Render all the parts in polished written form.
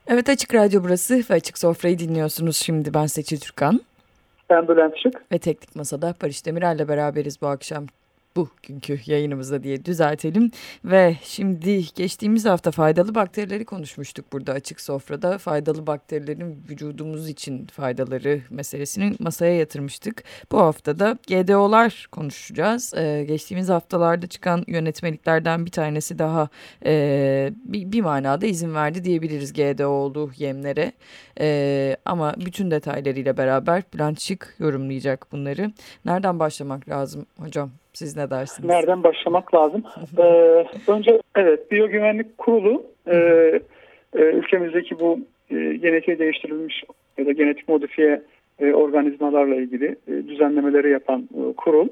Evet, Açık Radyo burası ve Açık Sofra'yı dinliyorsunuz şimdi. Ben Seçil Türkan Ben Bülent Şık. ve Teknik Masa'da Barış Demirel'le beraberiz bu akşam. Bugünkü yayınımızda diye düzeltelim. Ve şimdi geçtiğimiz hafta faydalı bakterileri konuşmuştuk burada Açık Sofra'da. Faydalı bakterilerin vücudumuz için faydaları meselesini masaya yatırmıştık. Bu hafta da GDO'lar konuşacağız. Geçtiğimiz haftalarda çıkan yönetmeliklerden bir tanesi daha bir manada izin verdi diyebiliriz GDO'lu yemlere. Ama bütün detaylarıyla beraber Bülent Şık yorumlayacak bunları. Nereden başlamak lazım hocam? Siz ne dersiniz? Nereden başlamak lazım? Önce evet, Biyogüvenlik Kurulu ülkemizdeki bu genetiğe değiştirilmiş ya da genetik modifiye organizmalarla ilgili düzenlemeleri yapan kurul.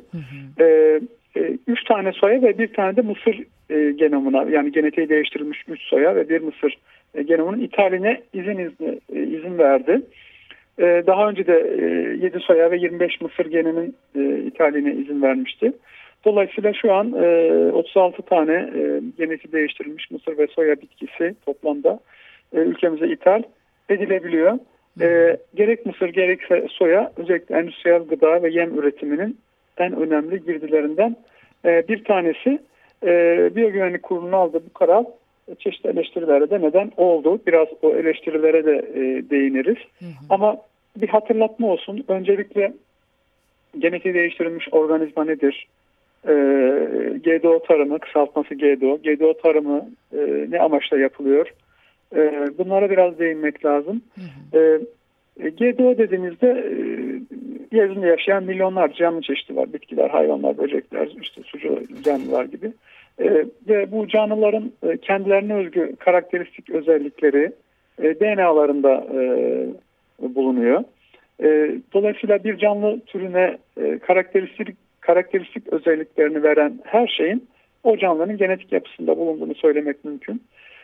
Üç tane soya ve bir tane de mısır genomuna, yani genetiğe değiştirilmiş 3 soya ve bir mısır genomunun ithaline izin verdi. Daha önce de 7 soya ve 25 mısır geninin ithaline izin vermişti. Dolayısıyla şu an 36 tane genetiği değiştirilmiş mısır ve soya bitkisi toplamda ülkemize ithal edilebiliyor. Gerek mısır gerekse soya özellikle endüstriyel gıda ve yem üretiminin en önemli girdilerinden bir tanesi. Biyogüvenlik Kurulu'nun aldığı bu karar çeşitli eleştirilere de neden oldu. Biraz o eleştirilere de değiniriz. Ama bir hatırlatma olsun. Öncelikle genetiği değiştirilmiş organizma nedir? GDO tarımı, kısaltması GDO. GDO tarımı ne amaçla yapılıyor? Bunlara biraz değinmek lazım. GDO dediğimizde yeryüzünde yaşayan milyonlarca canlı çeşidi var. Bitkiler, hayvanlar, böcekler, işte sucu canlılar gibi. Ve bu canlıların kendilerine özgü karakteristik özellikleri DNA'larında bulunuyor. Dolayısıyla bir canlı türüne karakteristik özelliklerini veren her şeyin o canlının genetik yapısında bulunduğunu söylemek mümkün.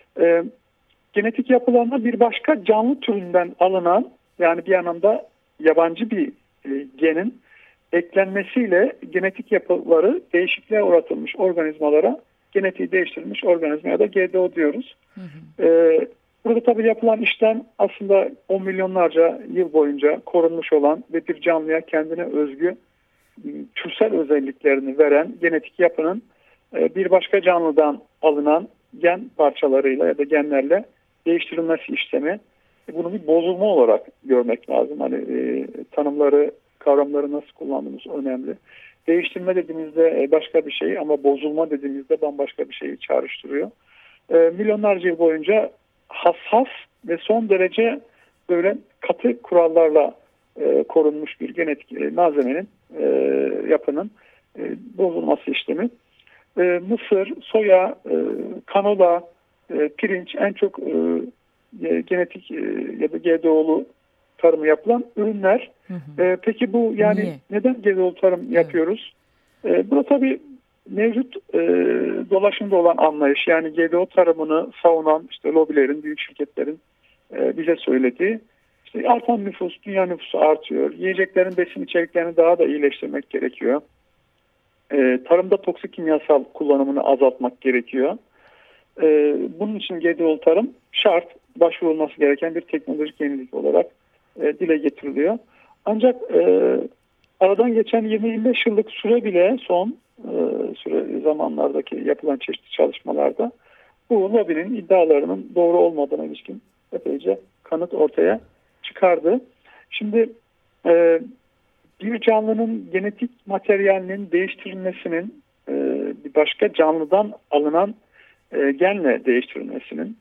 Genetik yapılarına bir başka canlı türünden alınan, yani bir anlamda yabancı bir genin eklenmesiyle genetik yapıları değişikliğe uğratılmış organizmalara genetiği değiştirilmiş organizma ya da GDO diyoruz. Burada tabii yapılan işlem aslında 10 milyonlarca yıl boyunca korunmuş olan ve bir canlıya kendine özgü türsel özelliklerini veren genetik yapının bir başka canlıdan alınan gen parçalarıyla ya da genlerle değiştirilmesi işlemi. Bunu bir bozulma olarak görmek lazım. Hani tanımları, kavramları nasıl kullandığımız önemli. Değiştirme dediğimizde başka bir şey ama bozulma dediğimizde bambaşka bir şeyi çağrıştırıyor. Milyonlarca yıl boyunca hassas ve son derece böyle katı kurallarla korunmuş bir genetik malzemenin, yapının bozulması işlemi. Mısır, soya, kanola, pirinç en çok genetik ya da GDO'lu tarımı yapılan ürünler. Peki bu yani neden GDO'lu tarım yapıyoruz? Bu tabii mevcut dolaşımda olan anlayış, yani GDO tarımını savunan işte lobilerin, büyük şirketlerin bize söylediği, işte artan nüfus, dünya nüfusu artıyor. Yiyeceklerin besin içeriklerini daha da iyileştirmek gerekiyor. Tarımda toksik kimyasal kullanımını azaltmak gerekiyor. Bunun için GDO tarım şart, başvurulması gereken bir teknolojik yenilik olarak dile getiriliyor. Ancak aradan geçen 20-25 yıllık süre bile son süre zamanlardaki yapılan çeşitli çalışmalarda bu lobinin iddialarının doğru olmadığına ilişkin epeyce kanıt ortaya çıkardı. Şimdi bir canlının genetik materyalinin değiştirilmesinin bir başka canlıdan alınan genle değiştirilmesinin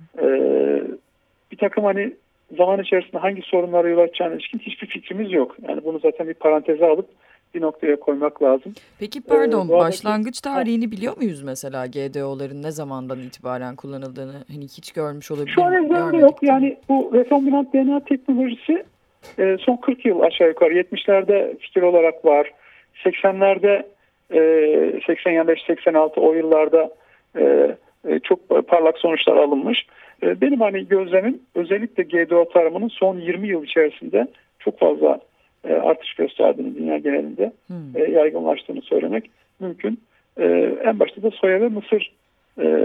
bir takım hani zaman içerisinde hangi sorunlara yol açacağına ilişkin hiçbir fikrimiz yok. Yani bunu zaten bir paranteze alıp bir noktaya koymak lazım. Peki pardon, başlangıç tarihini biliyor muyuz mesela GDO'ların ne zamandan itibaren kullanıldığını? Hani hiç görmüş olabilir şu an miyim? ezberimde yok. Yani bu rekombinant DNA teknolojisi son 40 yıl aşağı yukarı 70'lerde fikir olarak var. 80'lerde 85-86 o yıllarda çok parlak sonuçlar alınmış. Benim hani gözlemim özellikle GDO tarımının son 20 yıl içerisinde çok fazla artış gösterdiğini, dünya genelinde yaygınlaştığını söylemek mümkün. En başta da soya ve mısır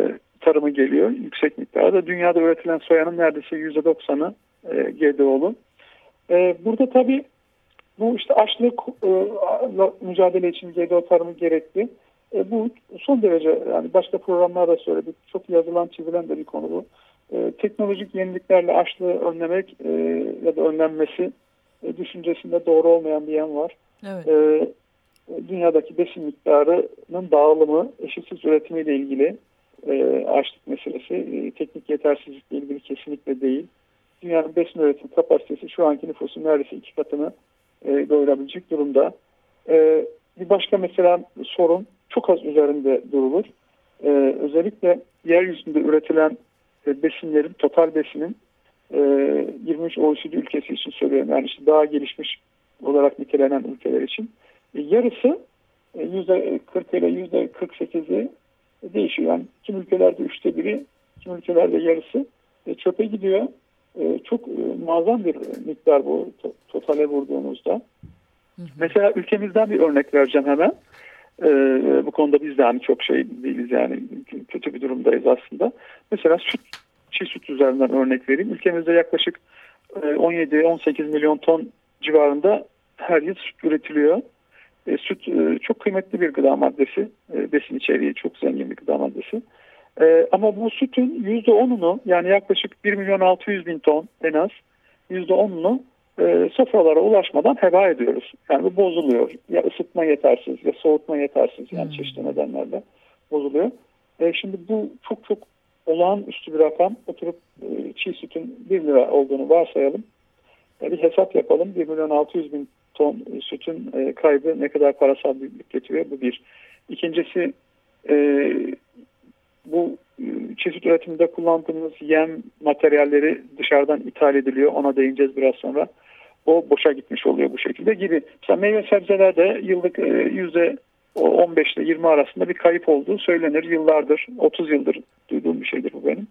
tarımı geliyor yüksek miktarda. Dünyada üretilen soyanın neredeyse %90'ı GDO'lu. Burada tabii bu işte açlıkla mücadele için GDO tarımı gerekli. Bu son derece, yani başka programlarda söyledik. Çok yazılan çizilen de bir konu bu. Teknolojik yeniliklerle açlığı önlemek ya da önlenmesi düşüncesinde doğru olmayan bir yan var. Evet. Dünyadaki besin miktarının dağılımı, eşitsiz üretimiyle ilgili açlık meselesi, teknik yetersizlikle ilgili kesinlikle değil. Dünyanın besin üretim kapasitesi şu anki nüfusun neredeyse 2 katını doyurabilecek durumda. Bir başka mesela sorun, çok az üzerinde durulur. Özellikle yeryüzünde üretilen besinlerin, total besinin 23 OECD ülkesi için söylüyorum. Yani işte daha gelişmiş olarak nitelenen ülkeler için yarısı %40 ile %48'i değişiyor. Yani kim ülkelerde 1/3, kim ülkelerde yarısı çöpe gidiyor. Çok muazzam bir miktar bu totale vurduğunuzda. Mesela ülkemizden bir örnek vereceğim hemen. Bu konuda biz de hani çok şey değiliz, yani kötü bir durumdayız aslında. Mesela çiğ süt üzerinden örnek vereyim. Ülkemizde yaklaşık 17-18 milyon ton civarında her yıl süt üretiliyor. Süt çok kıymetli bir gıda maddesi. Besin içeriği çok zengin bir gıda maddesi. Ama bu sütün %10'unu, yani yaklaşık 1.600.000 ton en az %10'unu sofralara ulaşmadan heba ediyoruz. Yani bu bozuluyor. Ya ısıtma yetersiz ya soğutma yetersiz, yani çeşitli nedenlerle bozuluyor. Şimdi bu çok çok olağanüstü bir rakam. Oturup çiğ sütün 1 lira olduğunu varsayalım. Bir hesap yapalım. 1.600.000 ton sütün kaybı ne kadar parasal büyüklük getiriyor? Bu bir. İkincisi, bu çiğ süt üretiminde kullandığımız yem materyalleri dışarıdan ithal ediliyor. Ona değineceğiz biraz sonra. O boşa gitmiş oluyor bu şekilde gibi. Mesela meyve sebzelerde yıllık %15 ile 20 arasında bir kayıp olduğu söylenir. Yıllardır, 30 yıldır duyduğum bir şeydir bu benim.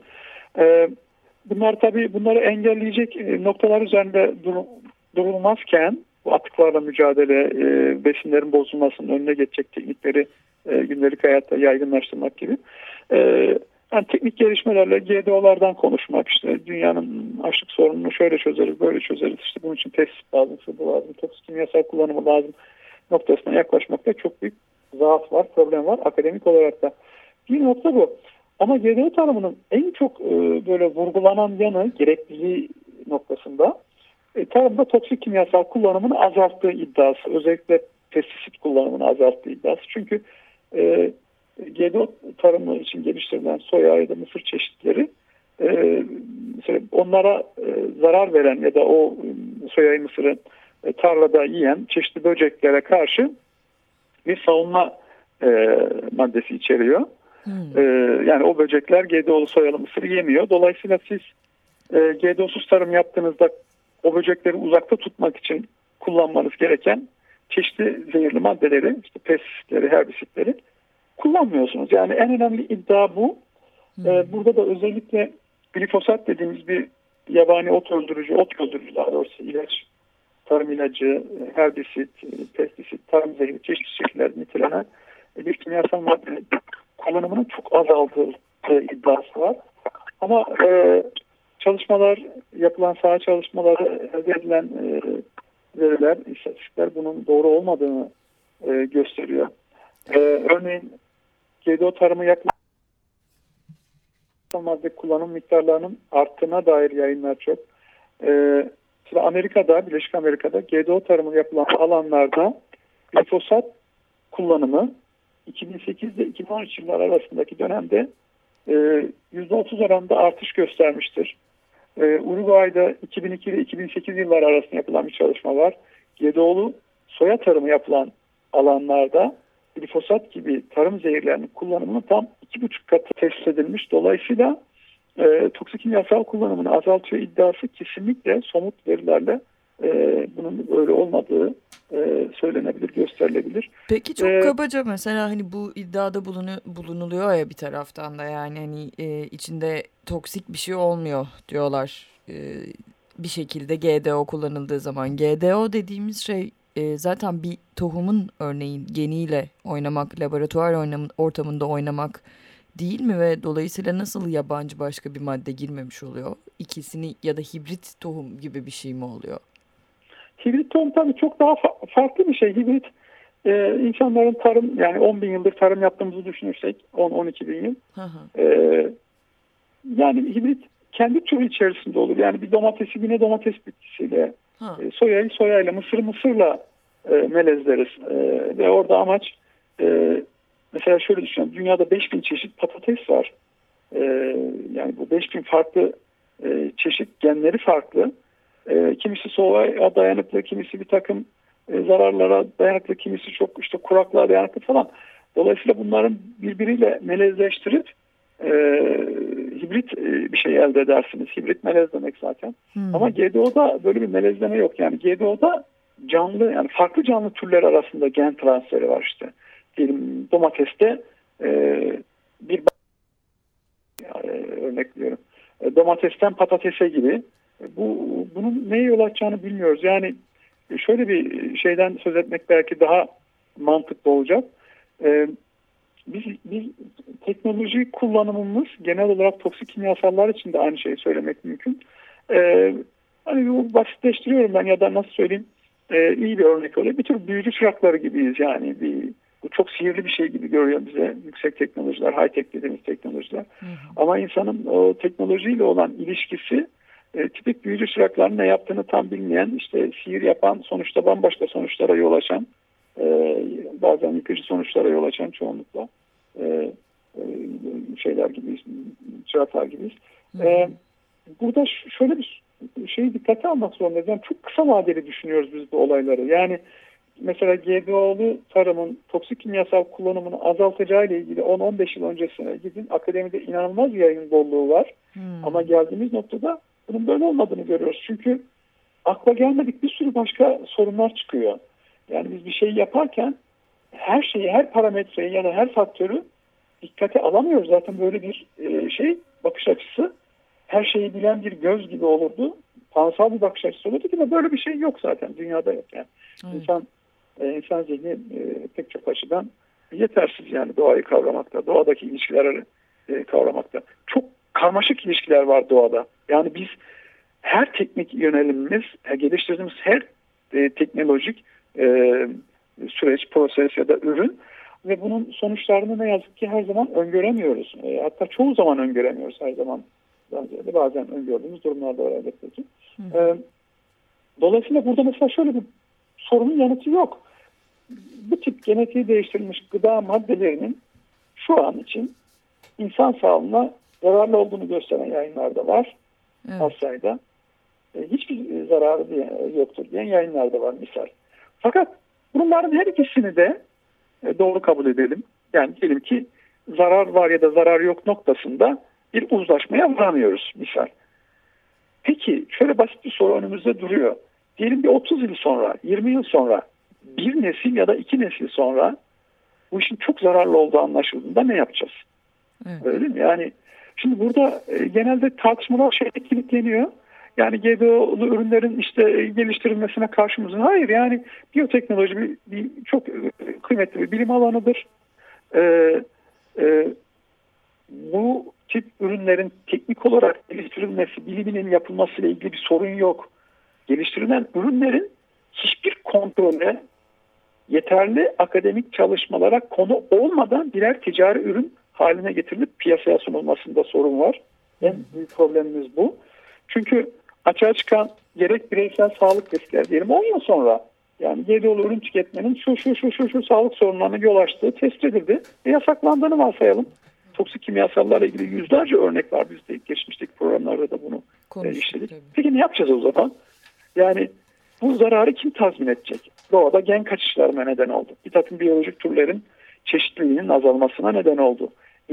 Bunlar tabii, bunları engelleyecek noktalar üzerinde durulmazken, bu atıklarla mücadele, besinlerin bozulmasının önüne geçecek teknikleri gündelik hayatta yaygınlaştırmak gibi. Yani teknik gelişmelerle GDO'lardan konuşmak, işte dünyanın açlık sorununu şöyle çözeriz, böyle çözeriz, işte bunun için test lazım, şu bu lazım, toksik kimyasal kullanımı lazım noktasına yaklaşmakta çok büyük zaaf var, problem var akademik olarak da. Bir nokta bu. Ama GDO tarımının en çok böyle vurgulanan yanı, gerekliliği noktasında tarımda toksik kimyasal kullanımını azalttığı iddiası, özellikle pestisit kullanımını azalttığı iddiası. Çünkü GDO tarımı için geliştirilen soya ya da mısır çeşitleri mesela onlara zarar veren ya da o soyayı, mısırı tarlada yiyen çeşitli böceklere karşı bir savunma maddesi içeriyor. Yani o böcekler GDO'lu soyalı mısır yemiyor. Dolayısıyla siz GDO'suz tarım yaptığınızda o böcekleri uzakta tutmak için kullanmanız gereken çeşitli zehirli maddeleri, işte pestisitleri, herbisitleri kullanmıyorsunuz. Yani en önemli iddia bu. Burada da özellikle glifosat dediğimiz bir yabani ot öldürücü daha doğrusu ilaç, tarım ilacı, herbisit, pestisit, tarım zehri çeşitli şekillerde nitelenen bir kimyasal madde kullanımının çok azaldığı iddiası var. Ama çalışmalar, yapılan saha çalışmaları, elde edilen veriler, istatistikler bunun doğru olmadığını gösteriyor. Örneğin GDO tarımı yapılan madde kullanım miktarlarının arttığına dair yayınlar çok. Amerika'da, Birleşik Amerika'da GDO tarımı yapılan alanlarda glifosat kullanımı 2008 ile 2013 yılları arasındaki dönemde %30 oranında artış göstermiştir. Uruguay'da 2002 ile 2008 yılları arasında yapılan bir çalışma var. GDO'lu soya tarımı yapılan alanlarda glifosat gibi tarım zehirlerinin kullanımının tam 2,5 katı tespit edilmiş. Dolayısıyla toksik kimyasal kullanımını azaltıyor iddiası kesinlikle somut verilerle bunun öyle olmadığı söylenebilir, gösterilebilir. Peki çok kabaca mesela hani bu iddiada bulunuluyor ya bir taraftan da, yani hani içinde toksik bir şey olmuyor diyorlar. Bir şekilde GDO kullanıldığı zaman. GDO dediğimiz şey zaten bir tohumun örneğin geniyle oynamak, laboratuvar ortamında oynamak değil mi ve dolayısıyla nasıl yabancı başka bir madde girmemiş oluyor? İkisini ya da hibrit tohum gibi bir şey mi oluyor? Hibrit tohum tabii çok daha farklı bir şey. Hibrit insanların tarım, yani 10 bin yıldır tarım yaptığımızı düşünürsek 10-12 bin yıl. Hı hı. Yani hibrit kendi türü içerisinde olur. Yani bir domatesi yine domates bitkisiyle, soyayı soyayla, mısırı mısırla melezleriz. Ve orada amaç mesela şöyle düşünün. Dünyada 5000 çeşit patates var. Yani bu 5000 farklı çeşit, genleri farklı. Kimisi soğuğa dayanıklı, kimisi bir takım zararlara dayanıklı, kimisi çok işte kuraklığa dayanıklı falan. Dolayısıyla bunların birbiriyle melezleştirip hibrit bir şey elde edersiniz. Hibrit melez demek zaten. Ama GDO'da böyle bir melezleme yok. Yani GDO'da canlı, yani farklı canlı türler arasında gen transferi var işte. Diyelim domateste bir örnek veriyorum. Domatesten patatese gibi. Bunun neye yol açacağını bilmiyoruz. Yani şöyle bir şeyden söz etmek belki daha mantıklı olacak. Biz teknoloji kullanımımız genel olarak toksik kimyasallar için de aynı şeyi söylemek mümkün. Hani bu basitleştiriyorum ben ya da nasıl söyleyeyim, iyi bir örnek oluyor. Bir tür büyücü çırakları gibiyiz yani. Bu çok sihirli bir şey gibi görüyor bize yüksek teknolojiler, high-tech dediğimiz teknolojiler. Hı hı. Ama insanın o teknolojiyle olan ilişkisi tipik büyücü çırakların ne yaptığını tam bilmeyen, işte sihir yapan, sonuçta bambaşka sonuçlara yol açan, bazen yıkıcı sonuçlara yol açan çoğunlukla şeyler gibiyiz, çıraklar gibiyiz. Burada şöyle bir şeyi dikkate almak zorundayız. Yani çok kısa vadeli düşünüyoruz biz bu olayları. Yani mesela GDO'lu tarımın toksik kimyasal kullanımını azaltacağı ile ilgili 10-15 yıl öncesine gidin, akademide inanılmaz bir yayın bolluğu var. Ama geldiğimiz noktada bunun böyle olmadığını görüyoruz. Çünkü akla gelmedik bir sürü başka sorunlar çıkıyor. Yani biz bir şey yaparken her şeyi, her parametreyi ya da her faktörü dikkate alamıyoruz. Zaten böyle bir bakış açısı her şeyi bilen bir göz gibi olurdu. Tanrısal bir bakış açısı olurdu ki böyle bir şey yok zaten. Dünyada yok yani. İnsan zihni pek çok açıdan yetersiz yani doğayı kavramakta, doğadaki ilişkileri kavramakta. Çok karmaşık ilişkiler var doğada. Yani biz her teknik yönelimimiz, geliştirdiğimiz her teknolojik süreç, proses ya da ürün ve bunun sonuçlarını ne yazık ki her zaman öngöremiyoruz. Hatta çoğu zaman öngöremiyoruz her zaman. Bazen öngördüğümüz durumlarda var elbette ki. Dolayısıyla burada mesela şöyle bir sorunun yanıtı yok. Bu tip genetiği değiştirilmiş gıda maddelerinin şu an için insan sağlığına zararlı olduğunu gösteren yayınlar da var. Evet. Az sayıda. Hiçbir zararı yoktur diyen yayınlar da var misal. Fakat bunların her ikisini de doğru kabul edelim. Yani diyelim ki zarar var ya da zarar yok noktasında bir uzlaşmaya varamıyoruz misal. Peki şöyle basit bir soru önümüzde duruyor. Diyelim bir 30 yıl sonra, 20 yıl sonra, bir nesil ya da 2 nesil sonra bu işin çok zararlı olduğu anlaşıldığında ne yapacağız? Evet. Öyle mi? Yani şimdi burada genelde tartışmalar kilitleniyor. Yani GDO'lu ürünlerin işte geliştirilmesine karşı mısın? Hayır, yani biyoteknoloji bir çok kıymetli bir bilim alanıdır. Bu tip ürünlerin teknik olarak geliştirilmesi, biliminin yapılmasıyla ilgili bir sorun yok. Geliştirilen ürünlerin hiçbir kontrole, yeterli akademik çalışmalara konu olmadan birer ticari ürün haline getirilip piyasaya sunulmasında sorun var. En büyük problemimiz bu. Çünkü açığa çıkan gerek bireysel sağlık riskleri diyelim 10 yıl sonra yani GDO'lu ürün tüketmenin şu sağlık sorunlarına yol açtığı tespit edildi ve yasaklandığını varsayalım. Toksik kimyasallarla ilgili yüzlerce örnek var. Biz de geçmişteki programlarda da bunu işledik. Tabii. Peki ne yapacağız o zaman? Yani bu zararı kim tazmin edecek? Doğada gen kaçışlarına neden oldu. Bir takım biyolojik türlerin çeşitliliğinin azalmasına neden oldu.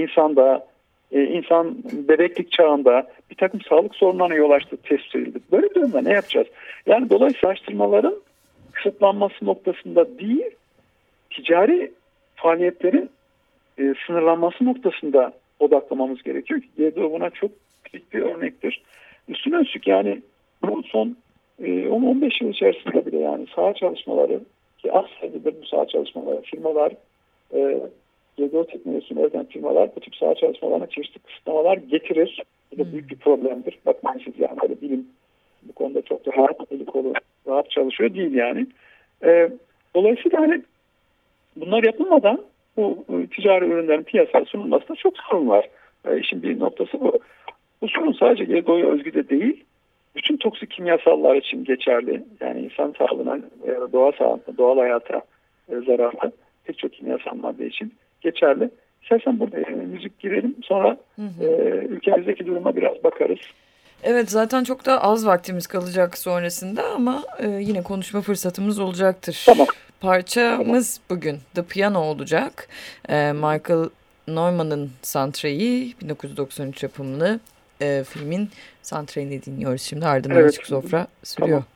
İnsan bebeklik çağında bir takım sağlık sorunlarına yol açtı, tespit edildi. Böyle durumda ne yapacağız? Yani dolayısıyla araştırmaların kısıtlanması noktasında değil, ticari faaliyetlerin sınırlanması noktasında odaklamamız gerekiyor ki GDO buna çok küçük bir örnektir. Üstüne üstlük yani bu son 10-15 yıl içerisinde bile yani saha çalışmaları ki az sayıdadır bu saha çalışmaları firmalar GDO teknolojisini üreten firmalar bu tip saha çalışmalarına çeşitli kısıtlamalar getirir. Bu da büyük bir problemdir. Bakmayın siz yani böyle bilim bu konuda çok da rahat, eli kolu rahat çalışıyor değil yani. Dolayısıyla hani bunlar yapılmadan bu ticari ürünlerin piyasaya sunulmasında çok sorun var. İşin bir noktası bu. Bu sorun sadece GDO'ya özgü de değil. Bütün toksik kimyasallar için geçerli. Yani insan sağlığına, doğal hayata zararlı pek çok kimyasal madde için geçerli. İstersen burada müzik girelim. Sonra ülkemizdeki duruma biraz bakarız. Evet, zaten çok da az vaktimiz kalacak sonrasında ama yine konuşma fırsatımız olacaktır. Tamam. Parçamız bugün The Piano olacak. Michael Neumann'ın soundtrack'i 1993 yapımlı filmin soundtrack'ini dinliyoruz şimdi. Ardından Açık Sofra sürüyor. Tamam.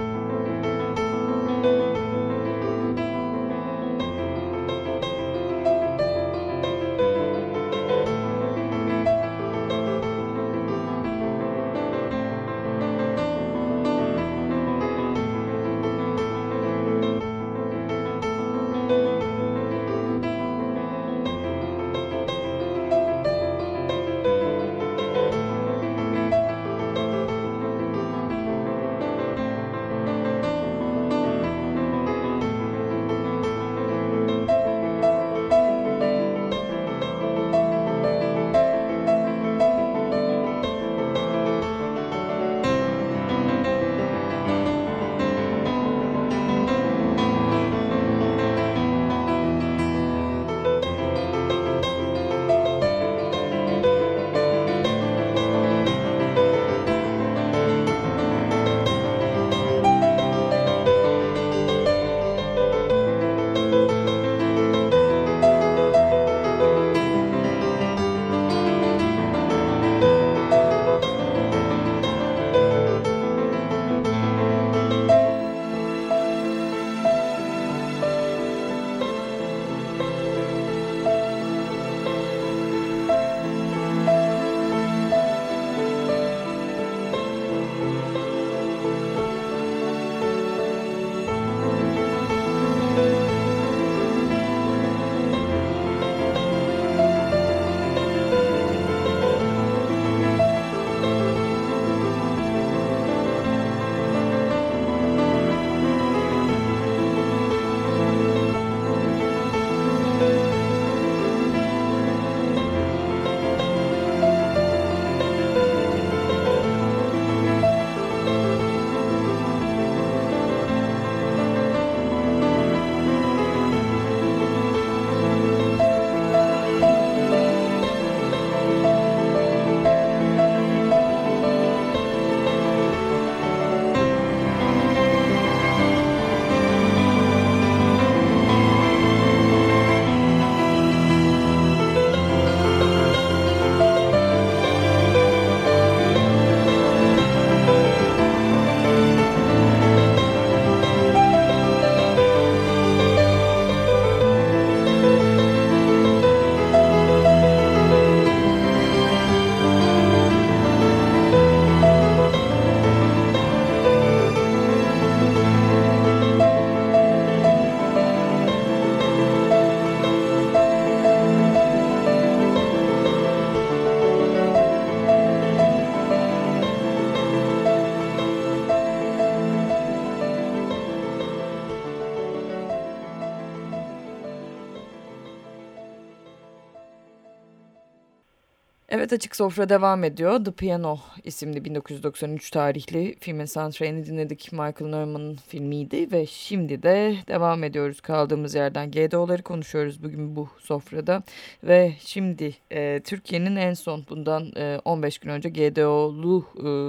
Evet, Açık Sofra devam ediyor. The Piano isimli 1993 tarihli filmin soundtrack'ini dinledik. Michael Neumann'ın filmiydi ve şimdi de devam ediyoruz kaldığımız yerden. GDO'ları konuşuyoruz bugün bu sofrada ve şimdi Türkiye'nin en son bundan 15 gün önce GDO'lu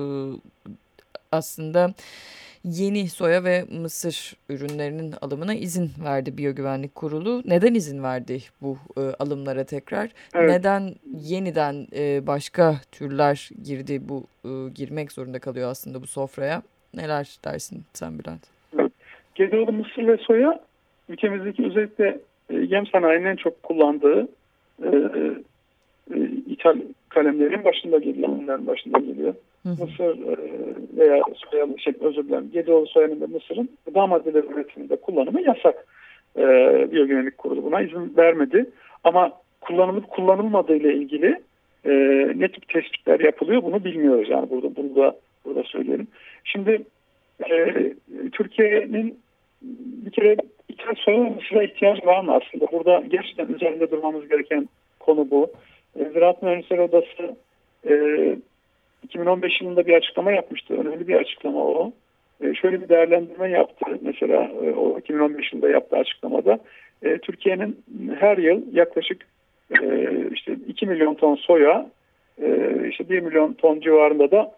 aslında yeni soya ve mısır ürünlerinin alımına izin verdi Biyogüvenlik Kurulu. Neden izin verdi bu alımlara tekrar? Evet. Neden yeniden başka türler girdi, bu girmek zorunda kalıyor aslında bu sofraya? Neler dersin sen Bülent? Evet. GDO'lu mısır ve soya ülkemizdeki özellikle yem sanayinin en çok kullandığı ithal kalemlerin başında geliyor. Ürünlerin başında geliyor. Mısır veya soyalı özür dilerim. GDO'lu soyanın ve mısırın gıda maddeleri üretiminde kullanımı yasak. Biyogüvenlik Kurulu buna izin vermedi. Ama kullanılıp kullanılmadığı ile ilgili ne tip tespitler yapılıyor bunu bilmiyoruz. Yani burada söyleyelim. Şimdi Türkiye'nin bir kere ithal soya ve mısıra ihtiyacı var mı aslında? Burada gerçekten üzerinde durmamız gereken konu bu. Ziraat Mühendisleri Odası 2015 yılında bir açıklama yapmıştı. Önemli bir açıklama o. Şöyle bir değerlendirme yaptı. Mesela o 2015 yılında yaptığı açıklamada Türkiye'nin her yıl yaklaşık işte 2 milyon ton soya, işte 1 milyon ton civarında da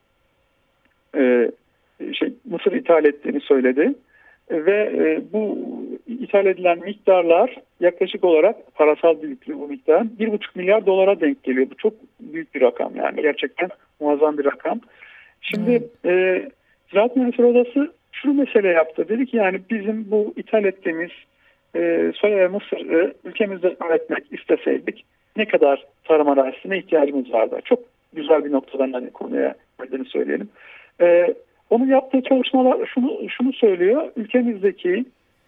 mısır ithal ettiğini söyledi. Ve bu ithal edilen miktarlar yaklaşık olarak parasal büyüklüğü bu miktar 1,5 milyar dolara denk geliyor. Bu çok büyük bir rakam yani gerçekten muazzam bir rakam. Şimdi Ziraat Mühendisleri Odası şu mesele yaptı. Dedi ki yani bizim bu ithal ettiğimiz soya ve mısırı ülkemizde üretmek isteseydik ne kadar tarım arazisine ihtiyacımız vardı. Çok güzel bir noktadan hani konuya geldiğini söyleyelim. Onun yaptığı çalışmalar şunu söylüyor. Ülkemizdeki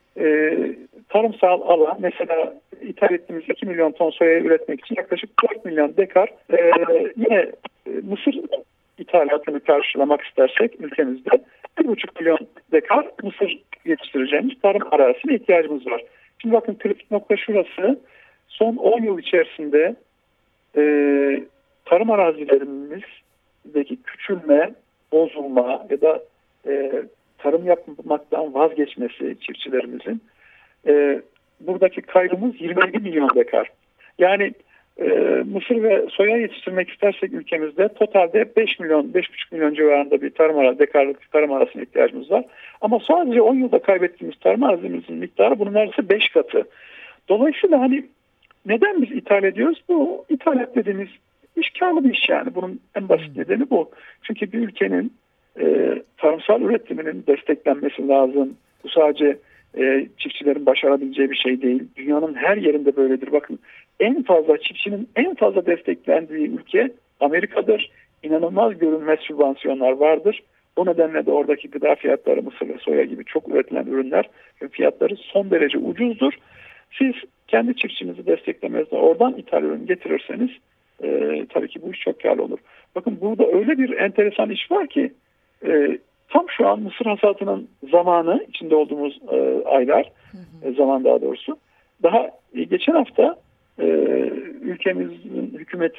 tarımsal alan mesela ithal ettiğimiz 2 milyon ton soya üretmek için yaklaşık 4 milyon dekar yine mısır ithalatını karşılamak istersek ülkemizde 1,5 milyon dekar mısır yetiştireceğimiz tarım arazisine ihtiyacımız var. Şimdi bakın kritik nokta şurası. Son 10 yıl içerisinde tarım arazilerimizdeki küçülme, bozulma ya da tarım yapmaktan vazgeçmesi çiftçilerimizin buradaki kaybımız 27 milyon dekar. Yani mısır ve soya yetiştirmek istersek ülkemizde totalde 5 milyon, 5,5 milyon civarında bir dekarlık tarım arazisine ihtiyacımız var. Ama sadece 10 yılda kaybettiğimiz tarım arazimizin miktarı bunun neredeyse 5 katı. Dolayısıyla hani neden biz ithal ediyoruz? Bu ithalat dediğimiz iş kârlı bir iş yani. Bunun en basit nedeni bu. Çünkü bir ülkenin tarımsal üretiminin desteklenmesi lazım. Bu sadece çiftçilerin başarabileceği bir şey değil. Dünyanın her yerinde böyledir. Bakın çiftçinin en fazla desteklendiği ülke Amerika'dır. İnanılmaz görünmez sübvansiyonlar vardır. O nedenle de oradaki gıda fiyatları mısır ve soya gibi çok üretilen ürünler fiyatları son derece ucuzdur. Siz kendi çiftçinizi desteklemezden oradan ithal ürün getirirseniz tabii ki bu iş çok kârlı olur. Bakın burada öyle bir enteresan iş var ki tam şu an mısır hasadının zamanı içinde olduğumuz aylar zaman daha doğrusu. Daha geçen hafta ülkemizin hükümet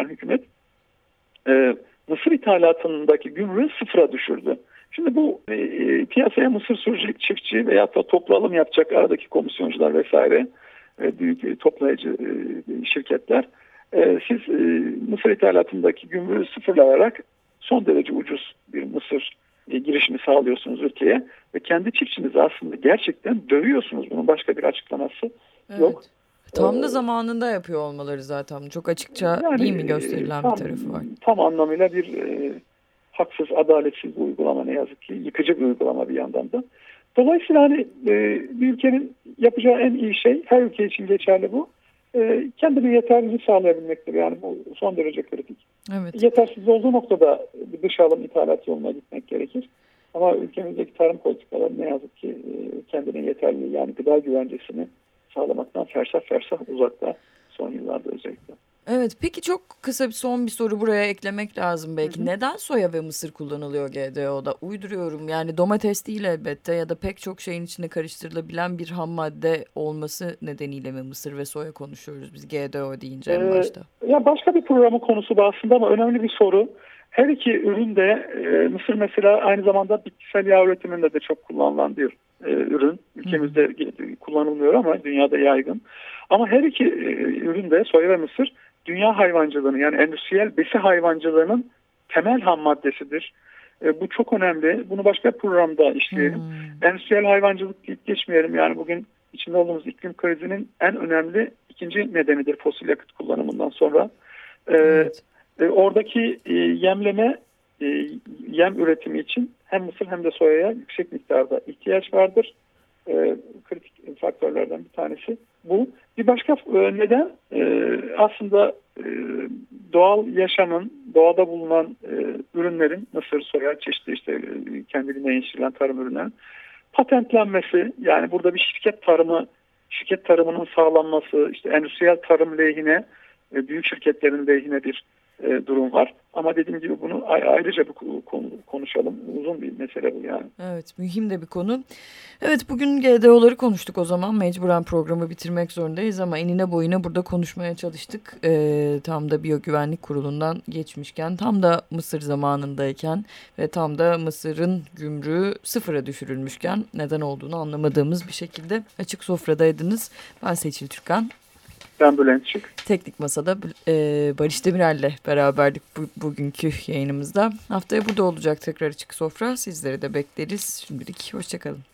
mısır ithalatındaki gümrüğü sıfıra düşürdü. Şimdi bu piyasaya mısır sürecek çiftçi veya da toplu alım yapacak aradaki komisyoncular vesaire büyük toplayıcı şirketler siz mısır ithalatındaki gümrüğü sıfırlayarak son derece ucuz bir mısır girişimi sağlıyorsunuz ülkeye ve kendi çiftçinizi aslında gerçekten dövüyorsunuz. Bunun başka bir açıklaması yok. Tam da zamanında yapıyor olmaları zaten. Çok açıkça yani, değil mi gösterilen bir tarafı var. Tam anlamıyla bir haksız, adaletsiz bir uygulama ne yazık ki. Yıkıcı bir uygulama bir yandan da. Dolayısıyla hani bir ülkenin yapacağı en iyi şey, her ülke için geçerli bu. Kendini yeterli sağlayabilmektir. Yani bu son derece kritik. Evet. Yetersiz olduğu noktada dış alım ithalat yoluna gitmek gerekir. Ama ülkemizdeki tarım politikaları ne yazık ki kendine yeterli yani gıda güvencesini sağlamaktan fersah uzakta son yıllarda özellikle. Evet, peki çok kısa son bir soru buraya eklemek lazım belki. Hı-hı. Neden soya ve mısır kullanılıyor GDO'da? Uyduruyorum yani domates değil elbette ya da pek çok şeyin içine karıştırılabilen bir ham madde olması nedeniyle mi mısır ve soya konuşuyoruz biz GDO deyince en başta? Ya başka bir programın konusu da aslında ama önemli bir soru. Her iki ürün de mısır mesela aynı zamanda bitkisel yağ üretiminde de çok kullanılan bir ürün. Ülkemizde kullanılmıyor ama dünyada yaygın. Ama her iki ürün de soya ve mısır dünya hayvancılığının yani endüstriyel besi hayvancılığının temel ham maddesidir. Bu çok önemli. Bunu başka bir programda işleyelim. Endüstriyel hayvancılık deyip geçmeyelim. Yani bugün içinde olduğumuz iklim krizinin en önemli ikinci nedenidir fosil yakıt kullanımından sonra. Evet. Oradaki yem üretimi için hem mısır hem de soyaya yüksek miktarda ihtiyaç vardır. Kritik faktörlerden bir tanesi bu. Bir başka neden aslında doğal yaşamın, doğada bulunan ürünlerin, mısır, soya, çeşitli işte kendiliğine yetiştirilen tarım ürünlerin patentlenmesi. Yani burada bir şirket tarımı şirket tarımının sağlanması, işte endüstriyel tarım lehine, büyük şirketlerin lehine bir durum var. Ama dediğim gibi bunu ayrıca bir konuşalım. Uzun bir mesele bu yani. Evet, mühim de bir konu. Evet, bugün GDO'ları konuştuk o zaman. Mecburen programı bitirmek zorundayız ama enine boyuna burada konuşmaya çalıştık. Tam da Biyogüvenlik Kurulu'ndan geçmişken, tam da Mısır zamanındayken ve tam da Mısır'ın gümrüğü sıfıra düşürülmüşken neden olduğunu anlamadığımız bir şekilde Açık Sofra'daydınız. Ben Seçil Türkan. Ben Bülent Şık. Teknik Masa'da Barış Demirel'le beraberdik bugünkü yayınımızda. Haftaya burada olacak tekrar Açık Sofra. Sizleri de bekleriz. Şimdilik hoşçakalın.